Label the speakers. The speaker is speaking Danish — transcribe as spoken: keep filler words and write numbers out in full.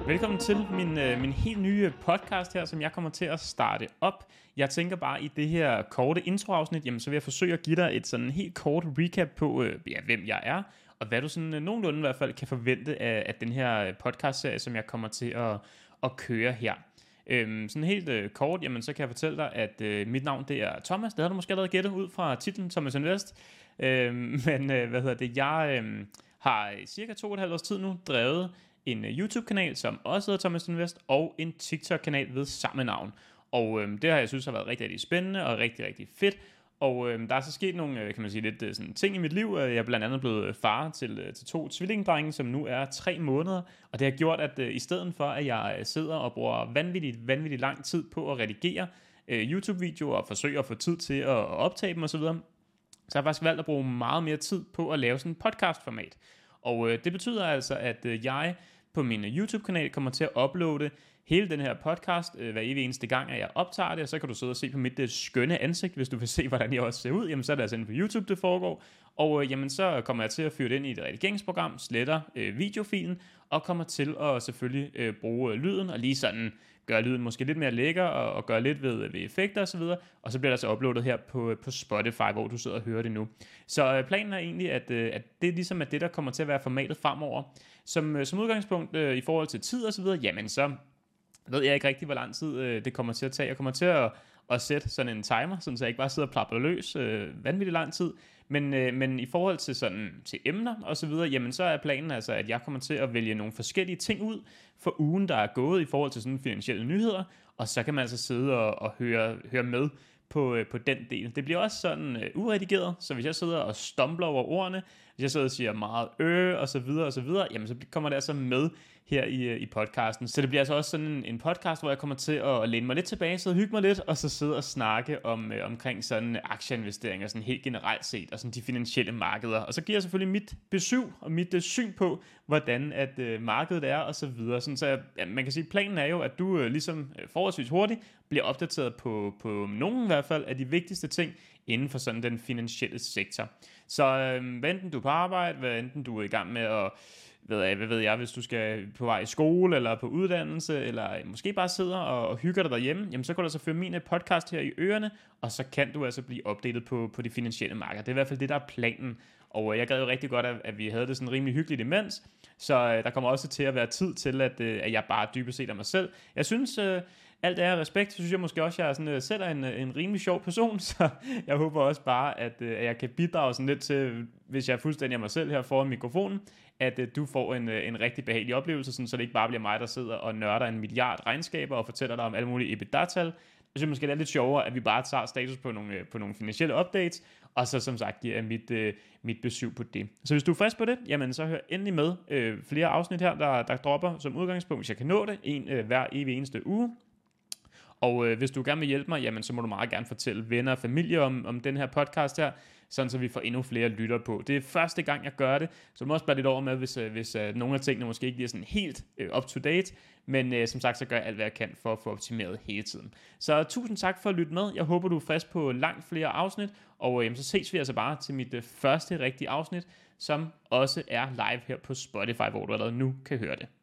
Speaker 1: Velkommen til min, øh, min helt nye podcast her, som jeg kommer til at starte op. Jeg tænker bare i det her korte introafsnit, jamen så vil jeg forsøge at give dig et sådan helt kort recap på, øh, ja, hvem jeg er, og hvad du sådan øh, nogenlunde i hvert fald kan forvente af, af den her podcastserie, som jeg kommer til at, at køre her. Øhm, sådan helt øh, kort, jamen så kan jeg fortælle dig, at øh, mit navn det er Thomas. Det har du måske allerede gættet ud fra titlen Thomas Invest. Øhm, men øh, hvad hedder det, jeg øh, har i cirka to og et halvt års tid nu drevet en YouTube-kanal, som også hedder Thomas Invest, og en TikTok-kanal ved samme navn. Og øhm, det har jeg synes har været rigtig, rigtig spændende og rigtig, rigtig fedt. Og øhm, der er så sket nogle, kan man sige, lidt sådan ting i mit liv. Jeg er blandt andet blevet far til, til to tvillingedrenge, som nu er tre måneder. Og det har gjort, at øh, i stedet for, at jeg sidder og bruger vanvittigt, vanvittigt lang tid på at redigere øh, YouTube-videoer og forsøge at få tid til at, at optage dem osv., så har jeg faktisk valgt at bruge meget mere tid på at lave sådan en podcast-format. Og øh, det betyder altså, at øh, jeg på min YouTube-kanal kommer til at uploade hele den her podcast øh, hver evig eneste gang, at jeg optager det, og så kan du sidde og se på mit det skønne ansigt, hvis du vil se, hvordan jeg også ser ud, jamen så er det altså inde på YouTube, det foregår, og øh, jamen så kommer jeg til at fyre det ind i et redigeringsprogram, sletter øh, videofilen, og kommer til at selvfølgelig øh, bruge øh, lyden, og lige sådan gøre lyden måske lidt mere lækker, og, og gøre lidt ved, ved effekter og så videre, og så bliver der så uploadet her på, på Spotify, hvor du sidder og hører det nu. Så øh, planen er egentlig, at, øh, at det ligesom er det, der kommer til at være formatet fremover. Som, øh, som udgangspunkt øh, i forhold til tid og så videre, jamen så ved jeg ikke rigtig, hvor lang tid øh, det kommer til at tage. Jeg kommer til at, at sætte sådan en timer, så jeg ikke bare sidder og plapper løs øh, vanvittigt lang tid. Men, øh, men i forhold til, sådan, til emner og så videre, jamen så er planen altså, at jeg kommer til at vælge nogle forskellige ting ud for ugen, der er gået i forhold til sådan finansielle nyheder. Og så kan man altså sidde og, og høre, høre med på, øh, på den del. Det bliver også sådan øh, uredigeret, så hvis jeg sidder og stumbler over ordene, hvis jeg sidder og siger meget øh og så videre og så videre, jamen så kommer det altså med her i, i podcasten. Så det bliver altså også sådan en, en podcast, hvor jeg kommer til at læne mig lidt tilbage, så hygge mig lidt, og så sidde og snakke om, øh, omkring sådan aktieinvesteringer, sådan helt generelt set, og sådan de finansielle markeder. Og så giver jeg selvfølgelig mit besøg og mit øh, syn på, hvordan at øh, markedet er, og så videre. Sådan, så ja, man kan sige, planen er jo, at du øh, ligesom øh, forholdsvis hurtigt bliver opdateret på, på nogen i hvert fald af de vigtigste ting inden for sådan den finansielle sektor. Så øh, hvad enten du er på arbejde, hvad enten du er i gang med at, hvad, hvad ved jeg, hvis du skal på vej i skole eller på uddannelse, eller måske bare sidder og, og hygger dig derhjemme, jamen så kan du altså føre min podcast her i ørerne, og så kan du altså blive opdateret på, på de finansielle markeder. Det er i hvert fald det, der er planen. Og øh, jeg gad jo rigtig godt, at, at vi havde det sådan rimelig hyggeligt imens, så øh, der kommer også til at være tid til, at, øh, at jeg bare dybest set af mig selv. Jeg synes, øh, alt er respekt, så synes jeg måske også, at jeg sådan, øh, selv er en, en rimelig sjov person, så jeg håber også bare, at, øh, at jeg kan bidrage sådan lidt til, hvis jeg er fuldstændig af mig selv her foran mikrofonen, at øh, du får en, øh, en rigtig behagelig oplevelse, sådan, så det ikke bare bliver mig, der sidder og nørder en milliard regnskaber og fortæller dig om alle mulige EBITDA-tal. Jeg synes måske, det er lidt sjovere, at vi bare tager status på nogle, på nogle finansielle updates, og så som sagt giver mit, øh, mit besøg på det. Så hvis du er frisk på det, jamen så hør endelig med øh, flere afsnit her, der, der dropper som udgangspunkt, hvis jeg kan nå det, en øh, hver evig eneste uge. Og øh, hvis du gerne vil hjælpe mig, jamen så må du meget gerne fortælle venner og familie om, om den her podcast her, sådan så vi får endnu flere lytter på. Det er første gang, jeg gør det, så du må også bare lidt over med, hvis, øh, hvis øh, nogle af tingene måske ikke bliver sådan helt øh, up to date, men øh, som sagt, så gør jeg alt, hvad jeg kan for at få optimeret hele tiden. Så tusind tak for at lytte med. Jeg håber, du er frisk på langt flere afsnit, og øh, så ses vi altså bare til mit øh, første rigtige afsnit, som også er live her på Spotify, hvor du allerede nu kan høre det.